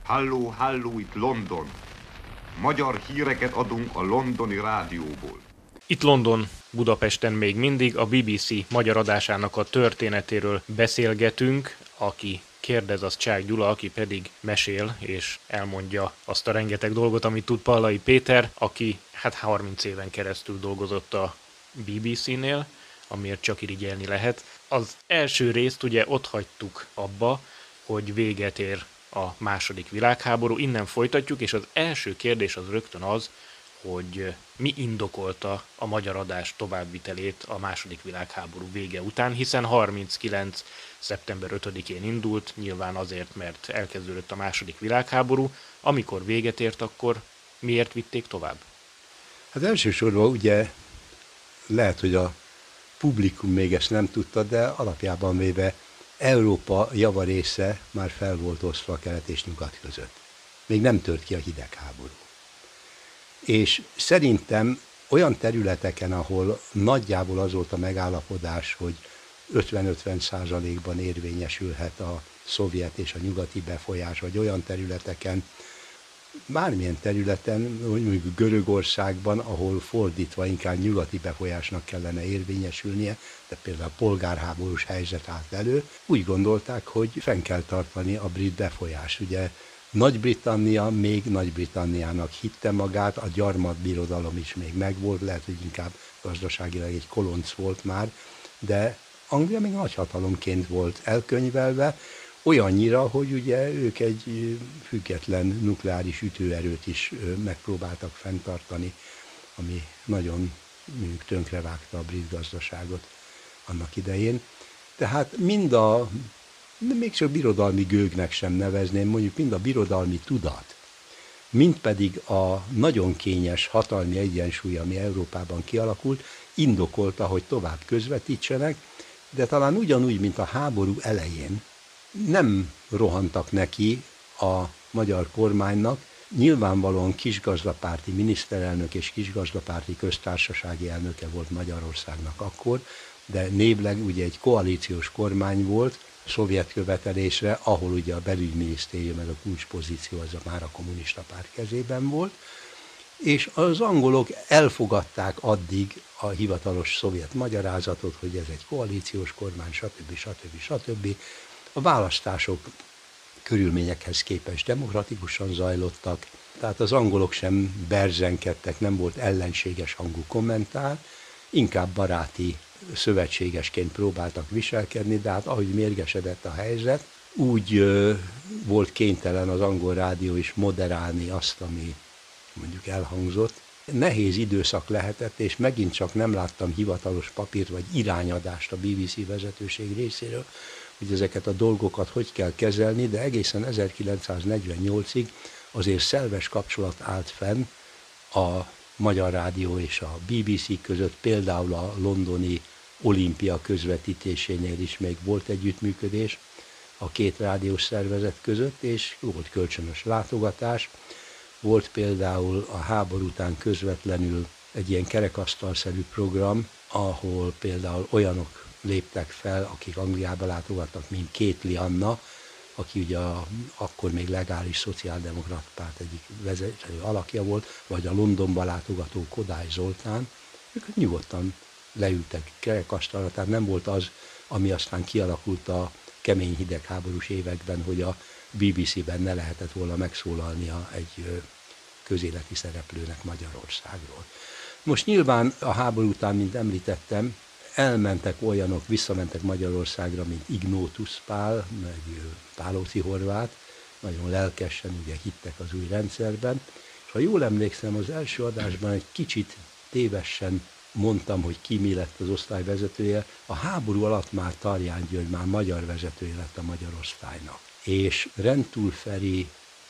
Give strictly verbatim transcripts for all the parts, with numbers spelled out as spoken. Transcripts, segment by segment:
Halló, halló, itt London. Magyar híreket adunk a londoni rádióból. Itt London, Budapesten még mindig a bé bé cé magyar adásának a történetéről beszélgetünk. Aki kérdez, az Csák Gyula, aki pedig mesél és elmondja azt a rengeteg dolgot, amit tud Pallai Péter, aki hát harminc éven keresztül dolgozott a bé bé cénél, amiért csak irigyelni lehet. Az első részt ugye ott hagytuk abba, hogy véget ér a második világháború, innen folytatjuk, és az első kérdés az rögtön az, hogy mi indokolta a magyar adás továbbvitelét a második világháború vége után, hiszen harminckilenc. szeptember ötödikén indult, nyilván azért, mert elkezdődött a második világháború. Amikor véget ért, akkor miért vitték tovább? Hát elsősorban ugye lehet, hogy a publikum még ezt nem tudta, de alapjában véve Európa javarésze már fel volt osztva kelet és nyugat között. Még nem tört ki a hidegháború. És szerintem olyan területeken, ahol nagyjából az volt a megállapodás, hogy ötven-ötven százalékban érvényesülhet a szovjet és a nyugati befolyás, vagy olyan területeken, bármilyen területen, mondjuk Görögországban, ahol fordítva inkább nyugati befolyásnak kellene érvényesülnie, de például a polgárháborús helyzet állt elő, úgy gondolták, hogy fenn kell tartani a brit befolyás. Ugye Nagy-Britannia még Nagy-Britanniának hitte magát, a gyarmatbirodalom is még megvolt, lehet, hogy inkább gazdaságilag egy kolonc volt már, de Anglia még nagyhatalomként volt elkönyvelve, olyannyira, hogy ugye ők egy független nukleáris ütőerőt is megpróbáltak fenntartani, ami nagyon mondjuk tönkrevágta a brit gazdaságot annak idején. Tehát mind a, még csak birodalmi gőgnek sem nevezném, mondjuk mind a birodalmi tudat, mind pedig a nagyon kényes hatalmi egyensúly, ami Európában kialakult, indokolta, hogy tovább közvetítsenek, de talán ugyanúgy, mint a háború elején, nem rohantak neki a magyar kormánynak, nyilvánvalóan kisgazdapárti miniszterelnök és kisgazdapárti köztársasági elnöke volt Magyarországnak akkor, de névleg ugye egy koalíciós kormány volt, szovjet követelésre, ahol ugye a belügyminisztérium, meg a kulcspozíció az a már a kommunista párt kezében volt, és az angolok elfogadták addig a hivatalos szovjet magyarázatot, hogy ez egy koalíciós kormány, stb. stb. stb. A választások körülményekhez képest demokratikusan zajlottak, tehát az angolok sem berzenkedtek, nem volt ellenséges hangú kommentár, inkább baráti szövetségesként próbáltak viselkedni, de hát ahogy mérgesedett a helyzet, úgy ö, volt kénytelen az angol rádió is moderálni azt, ami mondjuk elhangzott. Nehéz időszak lehetett, és megint csak nem láttam hivatalos papírt vagy irányadást a bé bé cé vezetőség részéről, hogy ezeket a dolgokat hogy kell kezelni, de egészen ezerkilencszáznegyvennyolcig azért szerves kapcsolat állt fenn a Magyar Rádió és a bé bé cé között, például a londoni olimpia közvetítésénél is még volt együttműködés a két rádiós szervezet között, és volt kölcsönös látogatás. Volt például a háború után közvetlenül egy ilyen kerekasztalszerű program, ahol például olyanok léptek fel, akik Angliába látogattak, mint Kétli Anna, aki ugye a, akkor még legális szociáldemokrata párt egyik vezető alakja volt, vagy a Londonba látogató Kodály Zoltán, ők nyugodtan leültek kerekasztalra, tehát nem volt az, ami aztán kialakult a kemény hidegháborús években, hogy a bé bé cében ne lehetett volna megszólalnia egy közéleti szereplőnek Magyarországról. Most nyilván a háború után, mint említettem, elmentek olyanok, visszamentek Magyarországra, mint Ignótusz Pál, meg Pálóci Horváth, nagyon lelkesen ugye hittek az új rendszerben, és ha jól emlékszem, az első adásban egy kicsit tévesen mondtam, hogy ki mi lett az osztály vezetője, a háború alatt már Tarján György már magyar vezetője lett a magyar osztálynak. És Rentul Feri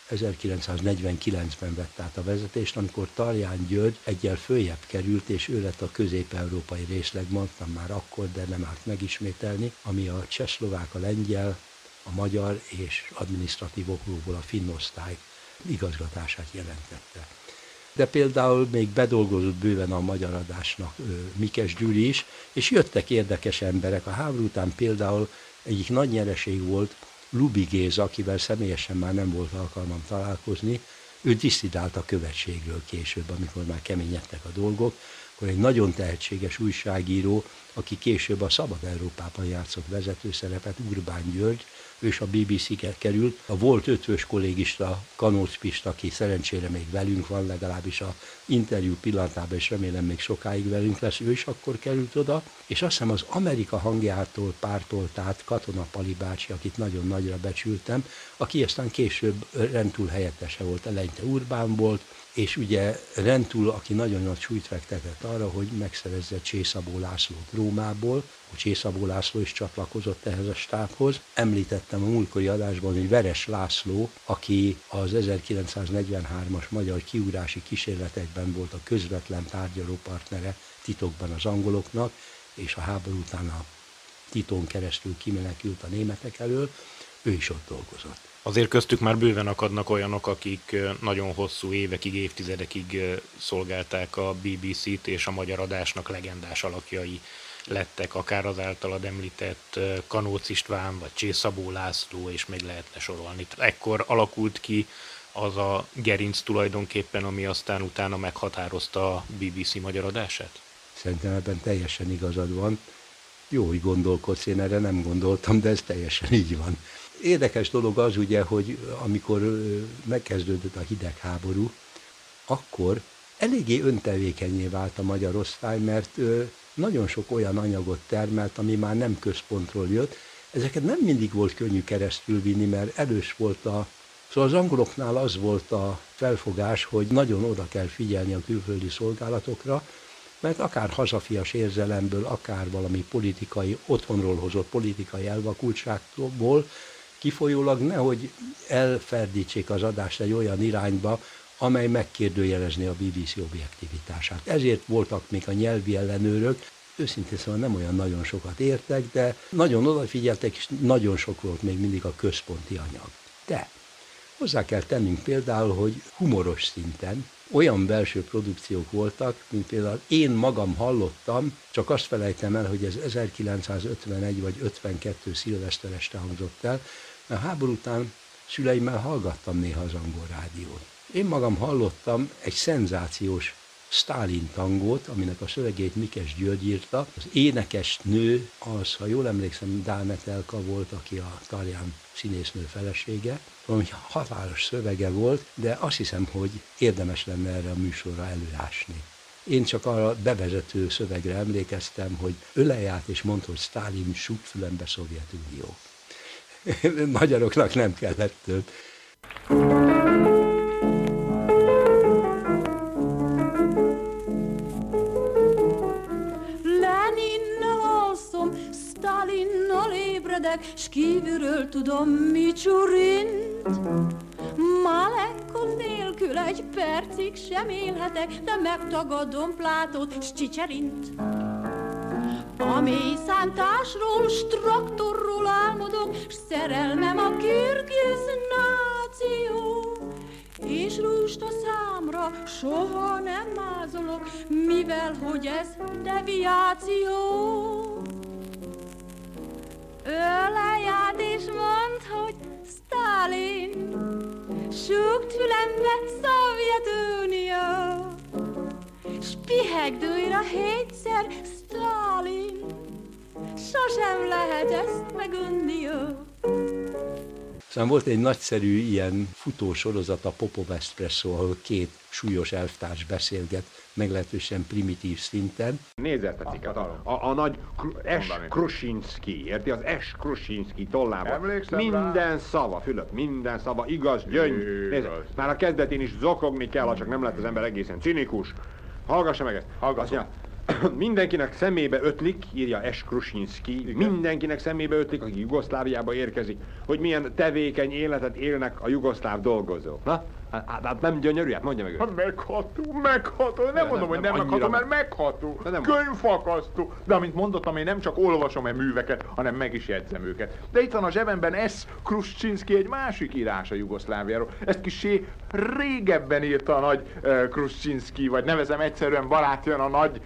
ezerkilencszáznegyvenkilencben vett át a vezetést, amikor Tarján György egyel följebb került, és ő lett a közép-európai részleg, mondtam már akkor, de nem árt megismételni, ami a csehszlovák, a lengyel, a magyar és adminisztratív okokból a finn osztály igazgatását jelentette. De például még bedolgozott bőven a magyar adásnak Mikes Gyuri is, és jöttek érdekes emberek. A háború után például egyik nagy nyereség volt, Lubi Géza, akivel személyesen már nem volt alkalmam találkozni, ő disszidált a követségről később, amikor már keményedtek a dolgok, akkor egy nagyon tehetséges újságíró, aki később a Szabad Európában játszott vezető szerepet, Urbán György, ő is a bé bé cé-ket került. A volt ötvös kollégista, Kanóc Pista, aki szerencsére még velünk van, legalábbis a interjú pillanatában, és remélem még sokáig velünk lesz, ő is akkor került oda, és azt hiszem az Amerika hangjától pártolt át Katona Pali bácsi, akit nagyon nagyra becsültem, aki aztán később rendtúl helyettese volt, eleinte Urbán volt, és ugye rendtúl, aki nagyon nagy súlyt fektetett arra, hogy megszerezze Csészabó Lászlót Rómából, hogy Csészabó László is csatlakozott ehhez a stábhoz. Említettem a múltkori adásban, hogy Veres László, aki az ezerkilencszáznegyvenhármas magyar kiugrási kísérletekben volt a közvetlen tárgyaló partnere titokban az angoloknak, és a háború után a Titon keresztül kimenekült a németek elől, ő is ott dolgozott. Azért köztük már bőven akadnak olyanok, akik nagyon hosszú évekig, évtizedekig szolgálták a bé bé cét, és a magyar adásnak legendás alakjai lettek, akár az általad említett Kanóc István, vagy Csészabó László, és még lehetne sorolni. Ekkor alakult ki az a gerinc tulajdonképpen, ami aztán utána meghatározta a bé bé cé magyar adását? Szerintem ebben teljesen igazad van. Jó, hogy gondolkodsz, én erre nem gondoltam, de ez teljesen így van. Érdekes dolog az ugye, hogy amikor megkezdődött a hidegháború, akkor eléggé öntevékennyé vált a magyar osztály, mert nagyon sok olyan anyagot termelt, ami már nem központról jött. Ezeket nem mindig volt könnyű keresztülvinni, mert erős volt a... Szóval az angoloknál az volt a felfogás, hogy nagyon oda kell figyelni a külföldi szolgálatokra, mert akár hazafias érzelemből, akár valami politikai, otthonról hozott politikai elvakultságból kifolyólag nehogy elferdítsék az adást egy olyan irányba, amely megkérdőjelezné a bé bé cé objektivitását. Ezért voltak még a nyelvi ellenőrök, őszintén szóval nem olyan nagyon sokat értek, de nagyon odafigyeltek, és nagyon sok volt még mindig a központi anyag. De hozzá kell tennünk például, hogy humoros szinten olyan belső produkciók voltak, mint például én magam hallottam, csak azt felejtem el, hogy ez ezerkilencszázötvenegy vagy ötvenkettő szilveszter este hangzott el, mert háború után szüleimmel hallgattam néha az angol rádiót. Én magam hallottam egy szenzációs Sztálin tangót, aminek a szövegét Mikes György írta. Az énekes nő az, ha jól emlékszem, Dánetelka volt, aki a Tarján színésznő felesége. Valami határos szövege volt, de azt hiszem, hogy érdemes lenne erre a műsorra előásni. Én csak arra bevezető szövegre emlékeztem, hogy ölelj át és mondd, hogy Sztálin súg fülembe Szovjetunió. Magyaroknak nem kellett több. Sztálinnal ébredek, s kívülről tudom, mi csurint. Malekon nélkül egy percig sem élhetek, de megtagadom Plátót, s Csicserint. A mély szántásról, s traktorról álmodok, s szerelmem a kirgiz náció. És rúst a számra soha nem mázolok, mivel hogy ez deviáció. Ölelj át és mondd, hogy Sztálin, súgd fülembe Szovjetunió, s pihegd újra hétszer Sztálin, sosem lehet ezt megunnió. Szóval volt egy nagyszerű ilyen futósorozat, a Popov Espresso, ahol két súlyos elvtárs beszélget, meglehetősen primitív szinten. Nézd ezt a cikket, a, a, a nagy S. Krusinski, érti? Az S. Krusinski tollában. Emlékszem minden rá. szava, Fülöp, minden szava, igaz, gyöngy. Nézd, már a kezdetén is zokogni kell, ha csak nem lett az ember egészen cinikus. Hallgassa meg ezt. Hallgatom. Mindenkinek szemébe ötlik, írja S. Krusinski, mindenkinek szemébe ötlik, aki Jugoszláviába érkezik, hogy milyen tevékeny életet élnek a jugoszláv dolgozók. Na? Hát, hát nem gyönyörű? Hát mondja meg őt. Hát megható, megható. Nem nem, mondom, hogy nem nem megható, annyira mert megható. De nem- Könyvfakasztó. De amint mondottam, én nem csak olvasom-e műveket, hanem meg is jegyzem őket. De itt van a zsebemben S. Krusinski egy másik írás a Jugoszláviáról. Ezt kissé régebben írta a nagy uh, Krusinski, vagy nevezem egyszerűen barátján a nagy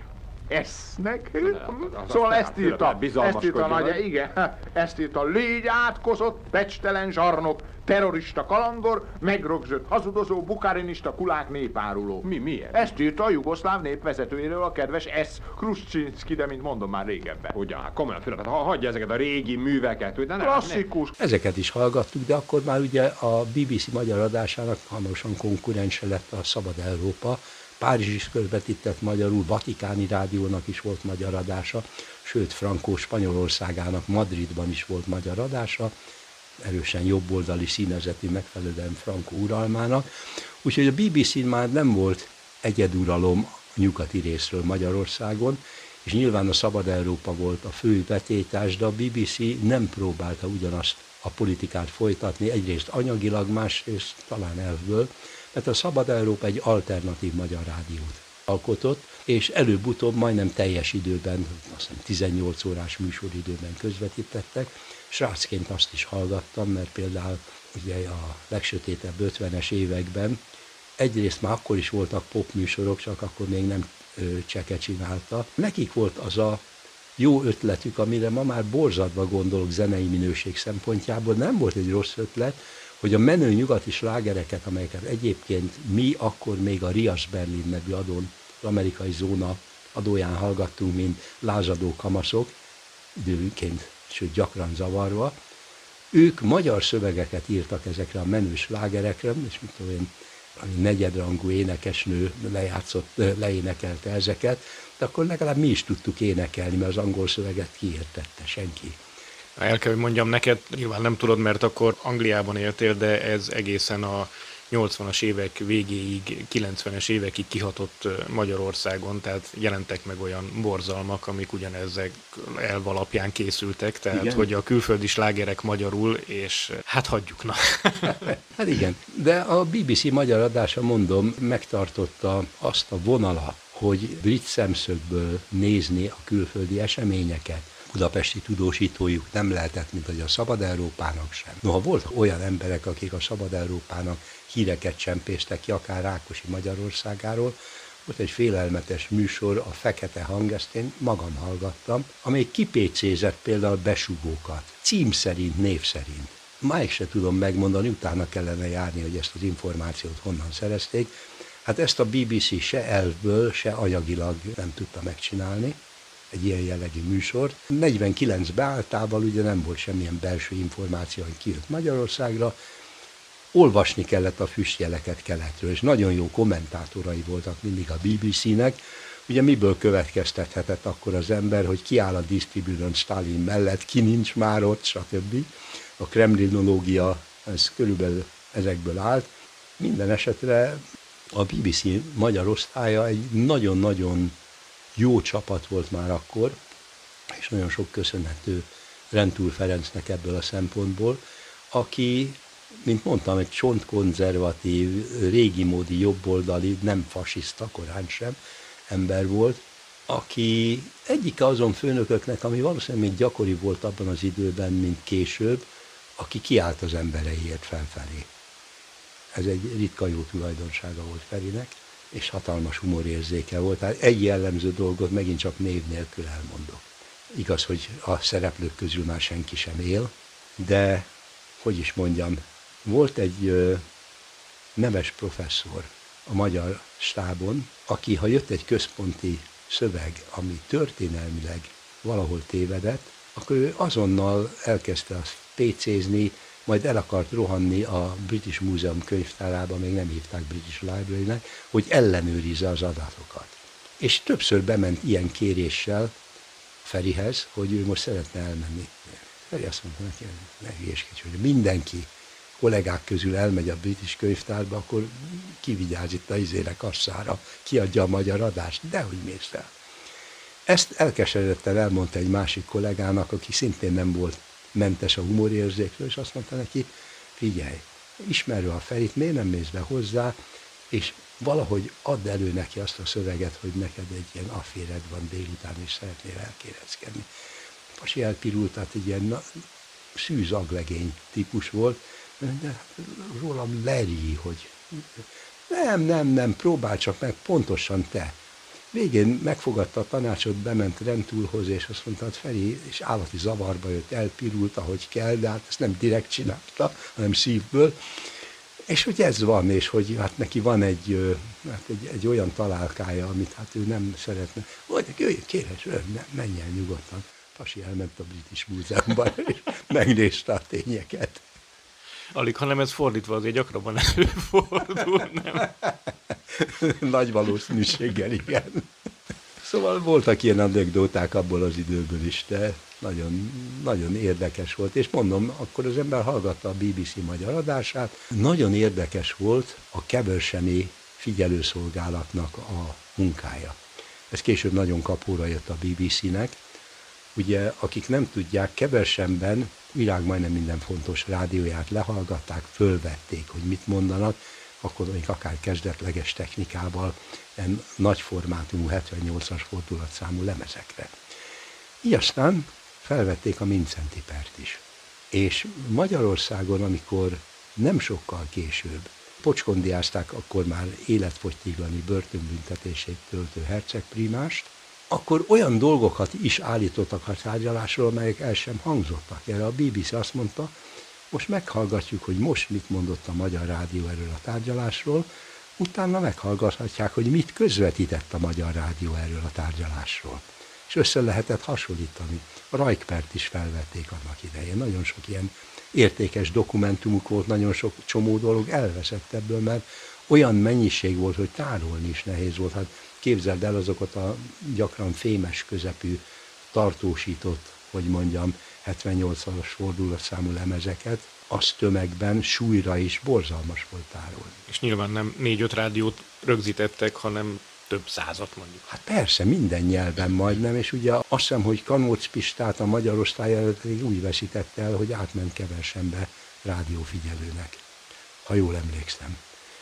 esznek. az- Szóval az- ezt az- írta, az- bizalmaskodjon, ezt írta a vagy? nagy, igen, ezt írta, légy átkozott, pecstelen zsarnok, terrorista kalandor, megrögzött hazudozó, bukárinista, kulák népáruló. Mi, miért? Ezt írta a jugoszláv nép vezetőjéről a kedves S. Kruszcsinszki, de mint mondom már régebben. Ugyan, hát komolyan félre, ha hagyja ezeket a régi műveket, hogy de ne, Klasszikus. Ezeket is hallgattuk, de akkor már ugye a bé bé cé magyar adásának hamarosan konkurense lett a Szabad Európa. Párizs is közvetített magyarul, Vatikáni rádiónak is volt magyar adása, sőt Frankó Spanyolországának Madridban is volt magyar adása, erősen jobboldali színezetű, megfelelően Frankó uralmának. Úgyhogy a bé bé cén már nem volt egyeduralom a nyugati részről Magyarországon, és nyilván a Szabad Európa volt a fő vetélytárs, de a bé bé cé nem próbálta ugyanazt a politikát folytatni, egyrészt anyagilag, másrészt talán elvből, mert a Szabad Európa egy alternatív magyar rádiót alkotott, és előbb-utóbb majdnem teljes időben, azt hiszem tizennyolc órás műsoridőben közvetítettek. Srácként azt is hallgattam, mert például ugye a legsötétebb ötvenes években egyrészt már akkor is voltak popműsorok, csak akkor még nem ö, Cseke csinálta. Nekik volt az a jó ötletük, amire ma már borzadva gondolok zenei minőség szempontjából, nem volt egy rossz ötlet, hogy a menő nyugati slágereket, amelyeket egyébként mi akkor még a Rias Berlin nevű adón, az amerikai zóna adóján hallgattunk, mint lázadó kamaszok, időnként, sőt gyakran zavarva, ők magyar szövegeket írtak ezekre a menő slágerekre, és mit tudom én, ami negyedrangú énekesnő lejátszott, leénekelte ezeket, de akkor legalább mi is tudtuk énekelni, mert az angol szöveget kiértette senki. El kell, hogy mondjam neked, nyilván nem tudod, mert akkor Angliában éltél, de ez egészen a nyolcvanas évek végéig, kilencvenes évekig kihatott Magyarországon, tehát jelentek meg olyan borzalmak, amik ugyanezek elv alapján készültek, tehát igen, hogy a külföldi slágerek magyarul, és hát hagyjuk, na. Hát igen, de a bé bé cé magyar adása, mondom, megtartotta azt a vonalat, hogy brit szemszögből nézni a külföldi eseményeket. Budapesti tudósítójuk nem lehetett, mint hogy a Szabad Európának sem. Noha voltak olyan emberek, akik a Szabad Európának híreket csempésztek ki, akár Rákosi Magyarországáról. Volt egy félelmetes műsor, a Fekete Hang, ezt én magam hallgattam, amely kipécézett például besugókat, cím szerint, név szerint. Máig se tudom megmondani, utána kellene járni, hogy ezt az információt honnan szerezték. Hát ezt a bé bé cé se elvből, se anyagilag nem tudta megcsinálni, egy ilyen jellegű műsor. negyvenkilenc beálltával ugye nem volt semmilyen belső információ, hogy kijött Magyarországra, olvasni kellett a füstjeleket keletről, és nagyon jó kommentátorai voltak mindig a bé bé cének. Ugye miből következtethetett akkor az ember, hogy ki áll a disztribűrön Stalin mellett, ki nincs már ott, stb. A kremlinológia, ez körülbelül ezekből állt. Minden esetre a bé bé cé magyar osztálya egy nagyon-nagyon jó csapat volt már akkor, és nagyon sok köszönhető Rentoul Ferencnek ebből a szempontból, aki, mint mondtam, egy csontkonzervatív, régi módi, jobboldali, nem fasiszta, korán sem ember volt, aki egyike azon főnököknek, ami valószínűleg még gyakori volt abban az időben, mint később, aki kiállt az embereiért felfelé. Ez egy ritka jó tulajdonsága volt Ferinek, és hatalmas humorérzéke volt. Tehát egy jellemző dolgot megint csak név nélkül elmondok. Igaz, hogy a szereplők közül már senki sem él, de, hogy is mondjam, volt egy ö, neves professzor a magyar stábon, aki, ha jött egy központi szöveg, ami történelmileg valahol tévedett, akkor ő azonnal elkezdte azt pécézni, majd el akart rohanni a British Museum könyvtárába, még nem hívták British Library-nek, hogy ellenőrizze az adatokat. És többször bement ilyen kéréssel Ferihez, hogy ő most szeretne elmenni. Feri azt mondta neki, ne hülyéskedj, hogy mindenki kollégák közül elmegy a British könyvtárba, akkor kivigyáz itt a izére kasszára, kiadja a magyar adást, dehogy mész el. Ezt elkeseredetten elmondta egy másik kollégának, aki szintén nem volt mentes a humorérzékről, és azt mondta neki, figyelj, ismerve a Ferit, miért nem mész be hozzá, és valahogy add elő neki azt a szöveget, hogy neked egy ilyen afféred van délután, és szeretnél elkéreckedni. Pasi elpirult, tehát egy ilyen na, szűz aglegény típus volt, de rólam leri, hogy nem, nem, nem, próbálj csak meg, pontosan te. Végén megfogadta a tanácsot, bement Rentúlhoz, és azt mondta, hogy Feri, és állati zavarba jött, elpirult, ahogy kell, de hát ezt nem direkt csinálta, hanem szívből. És hogy ez van, és hogy hát neki van egy, hát egy, egy olyan találkája, amit hát ő nem szeretne. Vagy jöjjön, kérhes, menj el nyugodtan. Pasi elment a British Múzeumban, és megnézte a tényeket. Alig, hanem ez fordítva azért gyakrabban előfordul, nem? Nagy valószínűséggel, igen. Szóval voltak ilyen anekdóták abból az időből is, de nagyon, nagyon érdekes volt. És mondom, akkor az ember hallgatta a bé bé cé magyar adását. Nagyon érdekes volt a keversemi figyelőszolgálatnak a munkája. Ez később nagyon kapóra jött a bé bé cének. Ugye, akik nem tudják, Keversenben világ majdnem minden fontos rádióját lehallgatták, fölvették, hogy mit mondanak, akkor még akár kezdetleges technikával, ilyen nagy formátumú hetvennyolcas fordulatszámú lemezekre. Így aztán felvették a Mindszenty Pert is. És Magyarországon, amikor nem sokkal később pocskondiázták akkor már életfogytiglani börtönbüntetését töltő hercegprímást, akkor olyan dolgokat is állítottak a tárgyalásról, amelyek el sem hangzottak. Erre a bé bé cé azt mondta, most meghallgatjuk, hogy most mit mondott a Magyar Rádió erről a tárgyalásról, utána meghallgathatják, hogy mit közvetített a Magyar Rádió erről a tárgyalásról. És össze lehetett hasonlítani. A Rajkpert is felvették annak idején. Nagyon sok ilyen értékes dokumentumuk volt, nagyon sok csomó dolog elveszett ebből, mert olyan mennyiség volt, hogy tárolni is nehéz volt. Hát képzeld el azokat a gyakran fémes közepű, tartósított, hogy mondjam, hetvennyolcas fordulatszámú lemezeket, az tömegben, súlyra is borzalmas volt tárolni. És nyilván nem négy-öt rádiót rögzítettek, hanem több százat mondjuk. Hát persze, minden nyelven majdnem, és ugye azt hiszem, hogy Kanóc Pistát a magyar osztály előtt úgy veszítette el, hogy átment Keversenbe rádiófigyelőnek, ha jól emlékszem.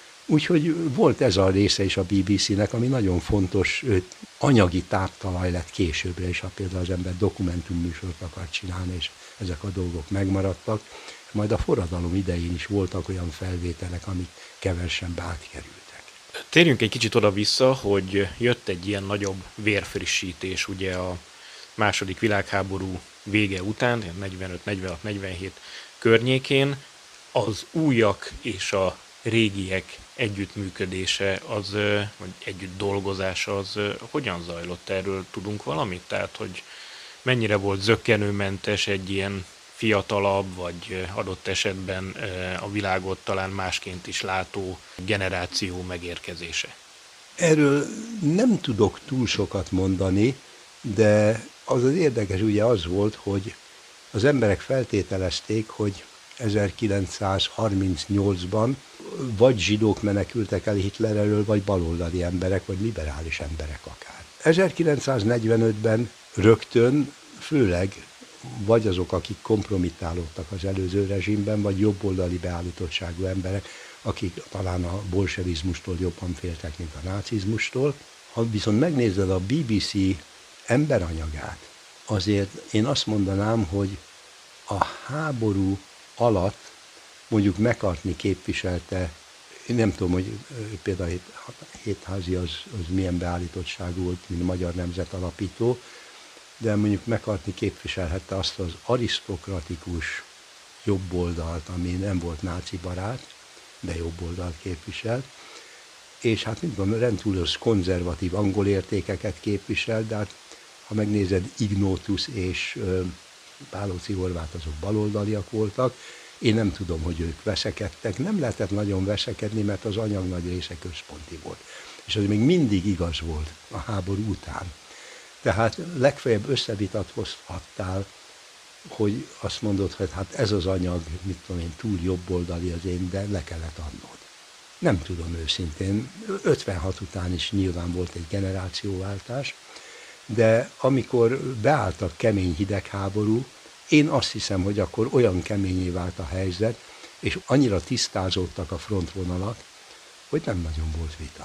Úgyhogy volt ez a része is a bé bé cének, ami nagyon fontos anyagi táptalaj lett későbbre is, ha például az ember dokumentumműsort akar csinálni, és ezek a dolgok megmaradtak. Majd a forradalom idején is voltak olyan felvételek, amik Keversenbe átkerültek. Térjünk egy kicsit oda-vissza, hogy jött egy ilyen nagyobb vérfrissítés ugye a második világháború vége után, negyvenöt, negyvenhat, negyvenhét környékén. Az újak és a régiek együttműködése, az, vagy együtt dolgozása, az hogyan zajlott? Erről tudunk valamit? Tehát, hogy mennyire volt zökkenőmentes egy ilyen fiatalabb, vagy adott esetben a világot talán másként is látó generáció megérkezése? Erről nem tudok túl sokat mondani, de az az érdekes ugye az volt, hogy az emberek feltételezték, hogy ezerkilencszázharmincnyolcban vagy zsidók menekültek el Hitler elől, vagy baloldali emberek, vagy liberális emberek akár. ezerkilencszáznegyvenötben rögtön főleg vagy azok, akik kompromittálódtak az előző rezsimben, vagy jobboldali beállítottságú emberek, akik talán a bolsevizmustól jobban féltek, mint a nácizmustól. Ha viszont megnézed a bé bé cé emberanyagát, azért én azt mondanám, hogy a háború alatt mondjuk McCartney képviselte, én nem tudom, hogy például Hétházi az, az milyen beállítottságú volt, mint a Magyar Nemzet alapító, de mondjuk McCartney képviselhette azt az arisztokratikus jobboldalt, ami nem volt náci barát, de jobboldalt képviselt, és hát mit tudom, rendkívül konzervatív angol értékeket képvisel, de hát ha megnézed, Ignótus és Pálóci Horváth azok baloldaliak voltak, én nem tudom, hogy ők veszekedtek, nem lehetett nagyon veszekedni, mert az anyag nagy része központi volt. És ez még mindig igaz volt a háború után. Tehát legfeljebb összevitatkozhattál, hogy azt mondod, hogy hát ez az anyag, mit tudom én, túl jobboldali az én, de le kellett adnod. Nem tudom őszintén, ötvenhat után is nyilván volt egy generációváltás, de amikor beállt a kemény hidegháború, én azt hiszem, hogy akkor olyan keményé vált a helyzet, és annyira tisztázódtak a frontvonalak, hogy nem nagyon volt vita.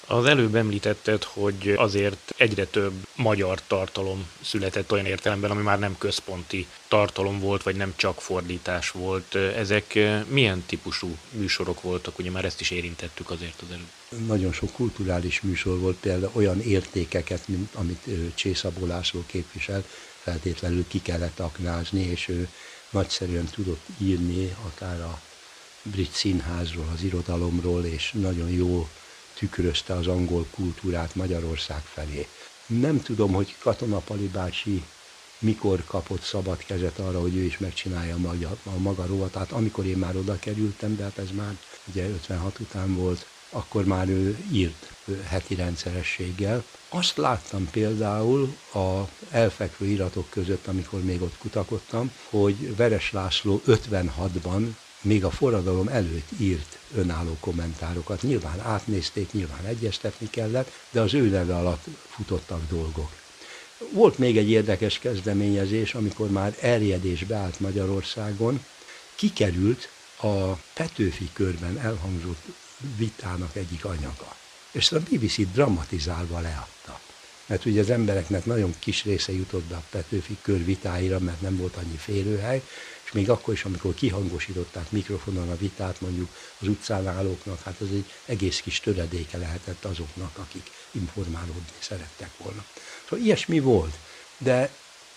Az előbb említetted, hogy azért egyre több magyar tartalom született olyan értelemben, ami már nem központi tartalom volt, vagy nem csak fordítás volt. Ezek milyen típusú műsorok voltak? Ugye már ezt is érintettük azért az előbb. Nagyon sok kulturális műsor volt, például olyan értékeket, mint amit Csészabó László képvisel, feltétlenül ki kellett aknázni, és ő nagyszerűen tudott írni, akár a brit színházról, az irodalomról, és nagyon jó tükrözte az angol kultúrát Magyarország felé. Nem tudom, hogy Katona Pali bácsi mikor kapott szabad kezet arra, hogy ő is megcsinálja a maga, a maga rovatát. Amikor én már oda kerültem, de hát ez már ugye ötvenhat után volt, akkor már ő írt heti rendszerességgel. Azt láttam például az elfekvő iratok között, amikor még ott kutakodtam, hogy Veres László ötvenhatban még a forradalom előtt írt önálló kommentárokat. Nyilván átnézték, nyilván egyeztetni kellett, de az ő neve alatt futottak dolgok. Volt még egy érdekes kezdeményezés, amikor már eljedésbe állt Magyarországon, kikerült a Petőfi körben elhangzott vitának egyik anyaga. És a bé bé cé dramatizálva leadta. Mert ugye az embereknek nagyon kis része jutott be a Petőfi kör vitáira, mert nem volt annyi férőhely, és még akkor is, amikor kihangosították mikrofonon a vitát, mondjuk az utcán állóknak, hát az egy egész kis töredéke lehetett azoknak, akik informálódni szerettek volna. Szóval ilyesmi volt, de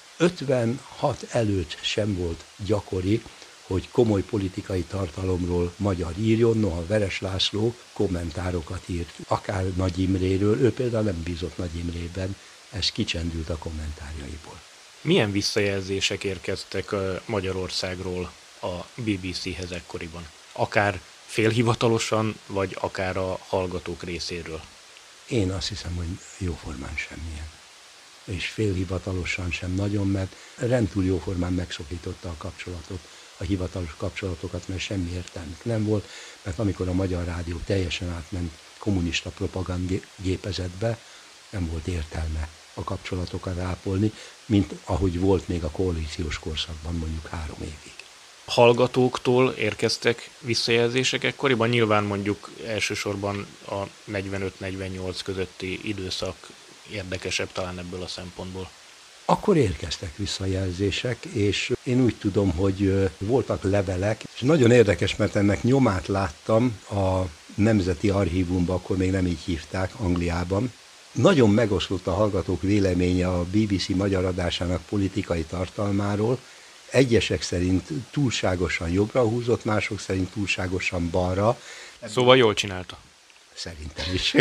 ötvenhat előtt sem volt gyakori, hogy komoly politikai tartalomról magyar írjon, noha Veres László kommentárokat írt, akár Nagy Imréről, ő például nem bízott Nagy Imrében, ez kicsendült a kommentárjaiból. Milyen visszajelzések érkeztek Magyarországról a bé bé céhez ekkoriban? Akár félhivatalosan, vagy akár a hallgatók részéről? Én azt hiszem, hogy jóformán semmilyen. És félhivatalosan sem nagyon, mert rendkívül jóformán megszakította a kapcsolatot, a hivatalos kapcsolatokat, mert semmi értelmük nem volt, mert amikor a Magyar Rádió teljesen átment kommunista propagandgépezetbe, nem volt értelme a kapcsolatokat ápolni, mint ahogy volt még a koalíciós korszakban mondjuk három évig. Hallgatóktól érkeztek visszajelzések ekkoriban? Nyilván mondjuk elsősorban a negyvenöt negyvennyolc közötti időszak érdekesebb talán ebből a szempontból. Akkor érkeztek visszajelzések, és én úgy tudom, hogy voltak levelek, és nagyon érdekes, mert ennek nyomát láttam a Nemzeti Archívumban, akkor még nem így hívták, Angliában. Nagyon megoszlott a hallgatók véleménye a bé bé cé magyar adásának politikai tartalmáról. Egyesek szerint túlságosan jobbra húzott, mások szerint túlságosan balra. Szóval jól csinálta. Szerintem is.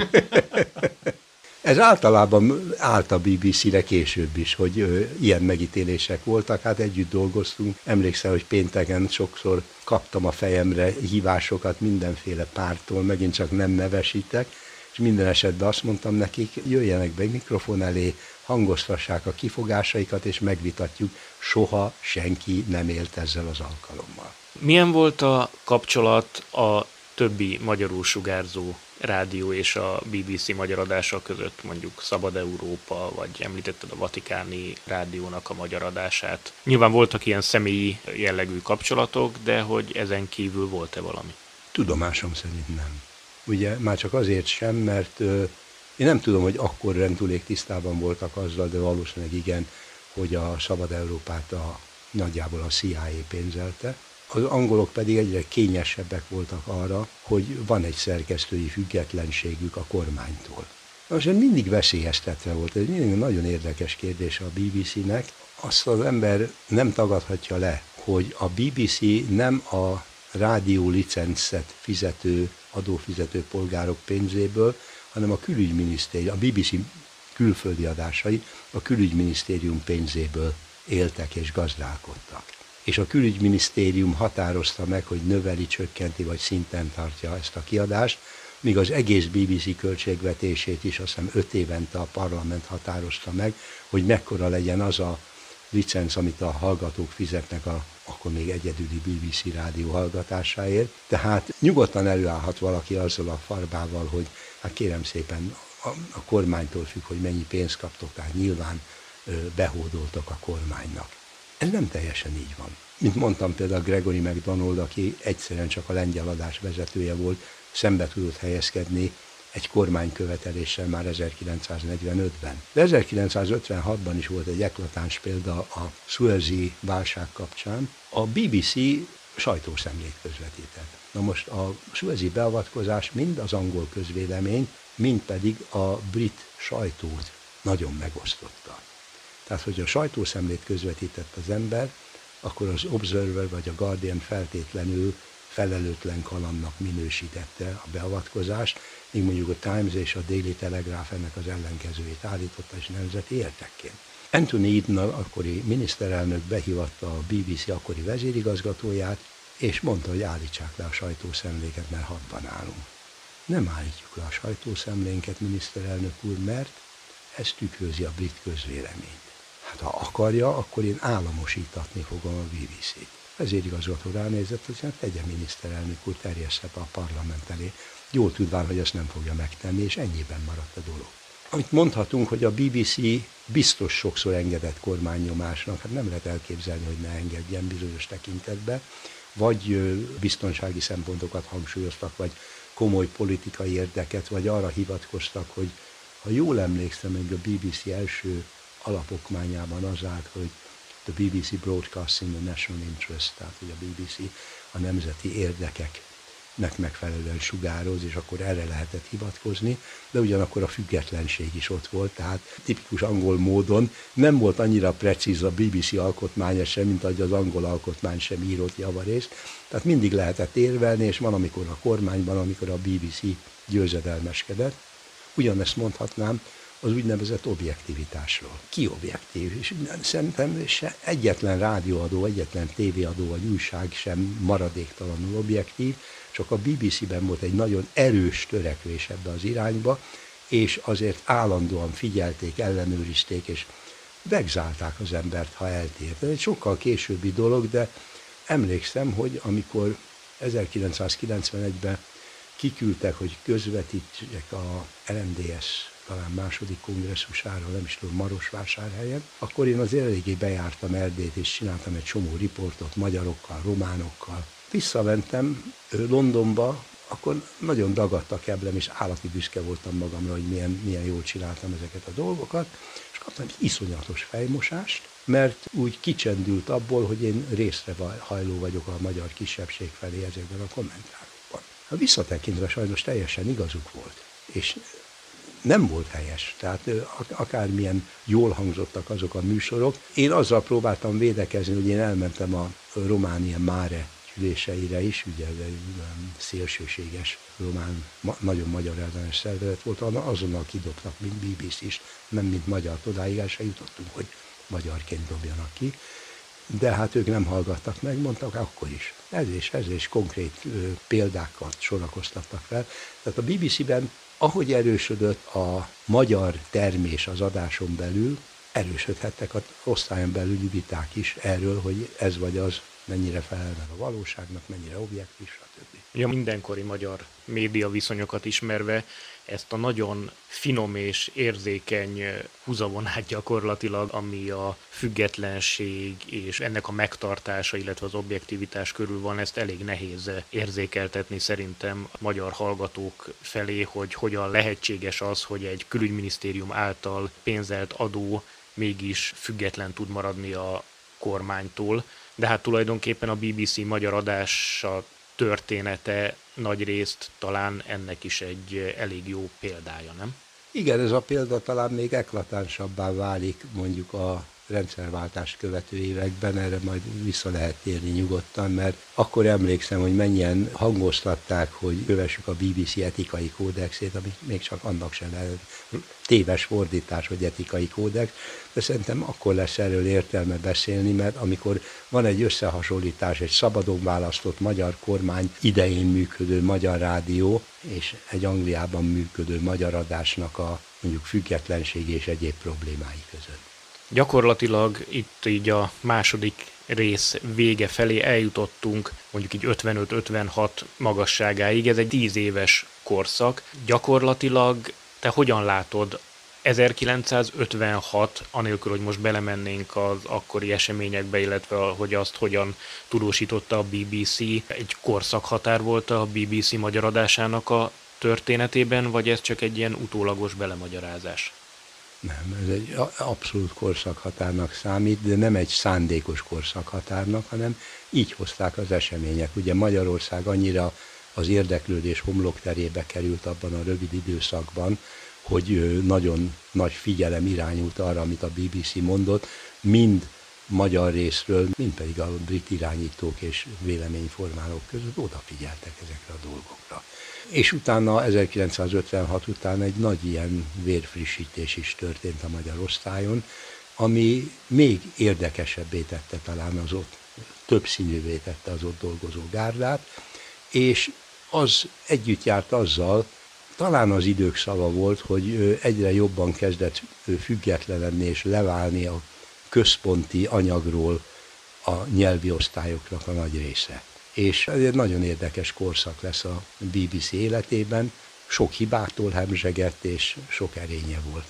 Ez általában állt a bé bé cére később is, hogy ö, ilyen megítélések voltak, hát együtt dolgoztunk. Emlékszel, hogy pénteken sokszor kaptam a fejemre hívásokat mindenféle pártól, megint csak nem nevesítek, és minden esetben azt mondtam nekik, jöjjenek be mikrofon elé, hangoztassák a kifogásaikat, és megvitatjuk. Soha senki nem élt ezzel az alkalommal. Milyen volt a kapcsolat a többi magyarul sugárzó rádió és a bé bé cé magyar adása között, mondjuk Szabad Európa, vagy említetted a Vatikáni rádiónak a magyar adását? Nyilván voltak ilyen személyi jellegű kapcsolatok, de hogy ezen kívül volt-e valami? Tudomásom szerint nem. Ugye már csak azért sem, mert ö, én nem tudom, hogy akkor rendülék tisztában voltak azzal, de valószínűleg igen, hogy a Szabad Európát a, nagyjából a cé i á pénzelte. Az angolok pedig egyre kényesebbek voltak arra, hogy van egy szerkesztői függetlenségük a kormánytól. Azért mindig veszélyeztetve volt, ez mindig nagyon érdekes kérdés a bé bé cének. Azt az ember nem tagadhatja le, hogy a bé bé cé nem a rádió licencet fizető, adófizető polgárok pénzéből, hanem a külügyminisztérium, a bé bé cé külföldi adásai a külügyminisztérium pénzéből éltek és gazdálkodtak. És a külügyminisztérium határozta meg, hogy növeli, csökkenti vagy szinten tartja ezt a kiadást, míg az egész bé bé cé költségvetését is azt hiszem öt évente a parlament határozta meg, hogy mekkora legyen az a licenc, amit a hallgatók fizetnek a akkor még egyedüli bé bé cé rádió hallgatásáért. Tehát nyugodtan előállhat valaki azzal a farbával, hogy hát kérem szépen a, a kormánytól függ, hogy mennyi pénzt kaptok, tehát nyilván ö, behódoltak a kormánynak. Ez nem teljesen így van. Mint mondtam, például Gregory MacDonald, aki egyszerűen csak a lengyel adás vezetője volt, szembe tudott helyezkedni egy kormányköveteléssel már ezerkilencszáznegyvenötben. De ezerkilencszázötvenhatban is volt egy eklatáns példa a szuezi válság kapcsán. A bé bé cé sajtószemlét közvetített. Na most a szuezi beavatkozás mind az angol közvélemény, mind pedig a brit sajtót nagyon megosztotta. Tehát, hogy a sajtószemlét közvetített az ember, akkor az Observer vagy a Guardian feltétlenül felelőtlen kalandnak minősítette a beavatkozást, míg mondjuk a Times és a Daily Telegraph ennek az ellenkezőjét állította, és nemzeti értekként. Anthony Eden, akkori miniszterelnök behívatta a bé bé cé akkori vezérigazgatóját, és mondta, hogy állítsák le a sajtószemléket, mert hadban állunk. Nem állítjuk le a sajtószemlénket, miniszterelnök úr, mert ez tükrözi a brit közvéleményt. Hát ha akarja, akkor én államosítatni fogom a bé bé cét. Vezérigazgató ránézett, hogy hát tegye miniszterelnök úr, terjessze be a parlament elé. Jól tudván, hogy ezt nem fogja megtenni, és ennyiben maradt a dolog. Amit mondhatunk, hogy a bé bé cé biztos sokszor engedett kormánynyomásnak, hát nem lehet elképzelni, hogy ne engedjen bizonyos tekintetben, vagy biztonsági szempontokat hangsúlyoztak, vagy komoly politikai érdeket, vagy arra hivatkoztak, hogy ha jól emlékszem, hogy a bé bé cé első alapokmányában az állt, hogy the bé bé cé broadcasting the national interest, tehát hogy a bé bé cé a nemzeti érdekeknek megfelelően sugároz, és akkor erre lehetett hivatkozni, de ugyanakkor a függetlenség is ott volt, tehát tipikus angol módon nem volt annyira precíz a bé bé cé alkotmánya sem, mint ahogy az angol alkotmány sem írott javarészt, tehát mindig lehetett érvelni, és van, amikor a kormányban, amikor a bé bé cé győzedelmeskedett. Ugyanezt mondhatnám az úgynevezett objektivitásról. Ki objektív? És szerintem se egyetlen rádióadó, egyetlen tévéadó vagy újság sem maradéktalanul objektív, csak a bé bé cében volt egy nagyon erős törekvés ebbe az irányba, és azért állandóan figyelték, ellenőrizték, és vegzálták az embert, ha eltér. Ez egy sokkal későbbi dolog, de emlékszem, hogy amikor ezerkilencszázkilencvenegyben kiküldtek, hogy közvetítsek a el em dé es talán második kongresszusára, nem is tudom, Marosvásárhelyen, akkor én az eléggé bejártam Erdélyt, és csináltam egy csomó riportot magyarokkal, románokkal. Visszamentem Londonba, akkor nagyon dagadt a keblem, és állati büszke voltam magamra, hogy milyen, milyen jól csináltam ezeket a dolgokat, és kaptam egy iszonyatos fejmosást, mert úgy kicsendült abból, hogy én részre hajló vagyok a magyar kisebbség felé ezekben a kommentárokban. Ha visszatekintve sajnos teljesen igazuk volt, és nem volt helyes, tehát akármilyen jól hangzottak azok a műsorok. Én azzal próbáltam védekezni, hogy én elmentem a Románia Mare gyűléseire is, ugye egy szélsőséges román, nagyon magyar ellenes szervezet volt, azonnal kidobtak, mint bé bé cé is, nem mint magyar, odáig el se jutottunk, hogy magyarként dobjanak ki. De hát ők nem hallgattak meg, mondtak akkor is. Ez és ez és konkrét példákat sorakoztattak fel. Tehát a bé bé cében ahogy erősödött a magyar termés az adáson belül, erősödhettek az osztályon belüli viták is erről, hogy ez vagy az mennyire felel meg a valóságnak, mennyire objektív, stb. Ja, mindenkori magyar média viszonyokat ismerve ezt a nagyon finom és érzékeny húzavonát gyakorlatilag, ami a függetlenség és ennek a megtartása, illetve az objektivitás körül van, ezt elég nehéz érzékeltetni szerintem a magyar hallgatók felé, hogy hogyan lehetséges az, hogy egy külügyminisztérium által pénzelt adó mégis független tud maradni a kormánytól. De hát tulajdonképpen a bé bé cé magyar adása története nagyrészt talán ennek is egy elég jó példája, nem? Igen, ez a példa talán még eklatánsabbá válik mondjuk a rendszerváltást követő években, erre majd vissza lehet térni nyugodtan, mert akkor emlékszem, hogy mennyien hangoztatták, hogy kövessük a bé bé cé etikai kódexét, ami még csak annak sem lehet téves fordítás, hogy etikai kódex, de szerintem akkor lesz erről értelme beszélni, mert amikor van egy összehasonlítás, egy szabadon választott magyar kormány idején működő magyar rádió, és egy Angliában működő magyar adásnak a mondjuk függetlenség és egyéb problémái között. Gyakorlatilag itt így a második rész vége felé eljutottunk mondjuk így ötvenöt-ötvenhat magasságáig, ez egy tíz éves korszak. Gyakorlatilag te hogyan látod ezerkilencszázötvenhat, anélkül, hogy most belemennénk az akkori eseményekbe, illetve hogy azt hogyan tudósította a bé bé cé, egy korszakhatár volt a bé bé cé magyar adásának a történetében, vagy ez csak egy ilyen utólagos belemagyarázás? Nem, ez egy abszolút korszakhatárnak számít, de nem egy szándékos korszakhatárnak, hanem így hozták az események. Ugye Magyarország annyira az érdeklődés homlokterébe került abban a rövid időszakban, hogy nagyon nagy figyelem irányult arra, amit a bé bé cé mondott, mind magyar részről, mind pedig a brit irányítók és véleményformálók között odafigyeltek ezekre a dolgokra. És utána ezerkilencszázötvenhat után egy nagy ilyen vérfrissítés is történt a magyar osztályon, ami még érdekesebbé tette talán az ott, többszínűvé tette az ott dolgozó gárdát, és az együtt járt azzal, talán az idők szava volt, hogy egyre jobban kezdett függetlenedni és leválni a központi anyagról a nyelvi osztályoknak a nagy része. És ez egy nagyon érdekes korszak lesz a bé bé cé életében, sok hibától hemzsegett és sok erénye volt.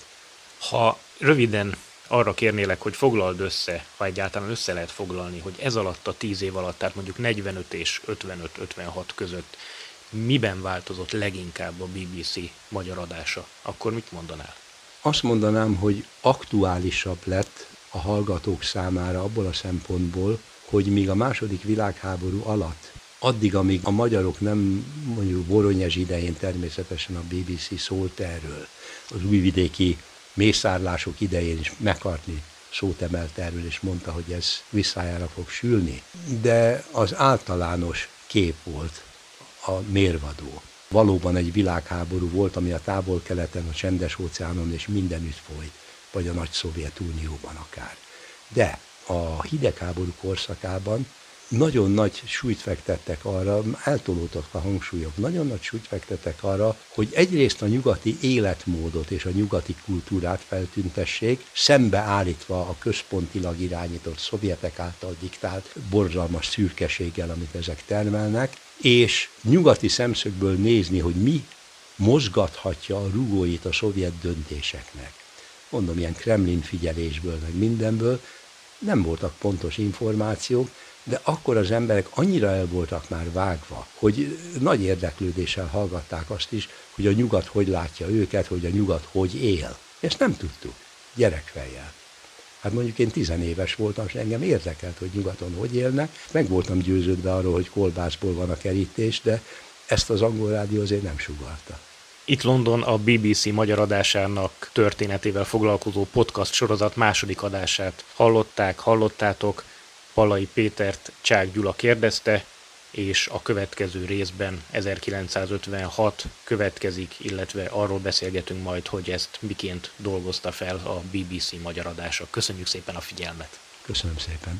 Ha röviden arra kérnélek, hogy foglald össze, ha egyáltalán össze lehet foglalni, hogy ez alatt a tíz év alatt, tehát mondjuk negyvenöt és ötvenöt ötvenhat között miben változott leginkább a bé bé cé magyar adása, akkor mit mondanál? Azt mondanám, hogy aktuálisabb lett a hallgatók számára abból a szempontból, hogy míg a második világháború alatt, addig, amíg a magyarok nem, mondjuk Voronyezs idején természetesen a bé bé cé szólt erről, az újvidéki mészárlások idején is McCartney szót emelt erről, és mondta, hogy ez visszájára fog sülni, de az általános kép volt a mérvadó. Valóban egy világháború volt, ami a távol-keleten, a Csendes-óceánon és mindenütt folyt, vagy a nagy Szovjetunióban akár. De a hidegháború korszakában nagyon nagy súlyt fektettek arra, eltolódtak a hangsúlyok, nagyon nagy súlyt fektettek arra, hogy egyrészt a nyugati életmódot és a nyugati kultúrát feltüntessék, szembeállítva a központilag irányított szovjetek által diktált borzalmas szürkeséggel, amit ezek termelnek, és nyugati szemszögből nézni, hogy mi mozgathatja a rugóit a szovjet döntéseknek. Mondom, ilyen Kremlin figyelésből, meg mindenből, nem voltak pontos információk, de akkor az emberek annyira el voltak már vágva, hogy nagy érdeklődéssel hallgatták azt is, hogy a nyugat hogy látja őket, hogy a nyugat hogy él. Ezt nem tudtuk, gyerekfejjel. Hát mondjuk én tizenéves voltam, és engem érdekelt, hogy nyugaton hogy élnek. Meg voltam győződve arról, hogy kolbászból van a kerítés, de ezt az angol rádió azért nem sugallta. Itt London a bé bé cé magyar adásának történetével foglalkozó podcast sorozat második adását hallották, hallottátok. Pallai Pétert Csák Gyula kérdezte, és a következő részben ezerkilencszázötvenhat következik, illetve arról beszélgetünk majd, hogy ezt miként dolgozta fel a bé bé cé magyar adása. Köszönjük szépen a figyelmet! Köszönöm szépen!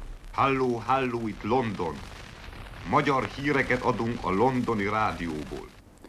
Halló, halló, itt London. Magyar híreket adunk a londoni rádióból.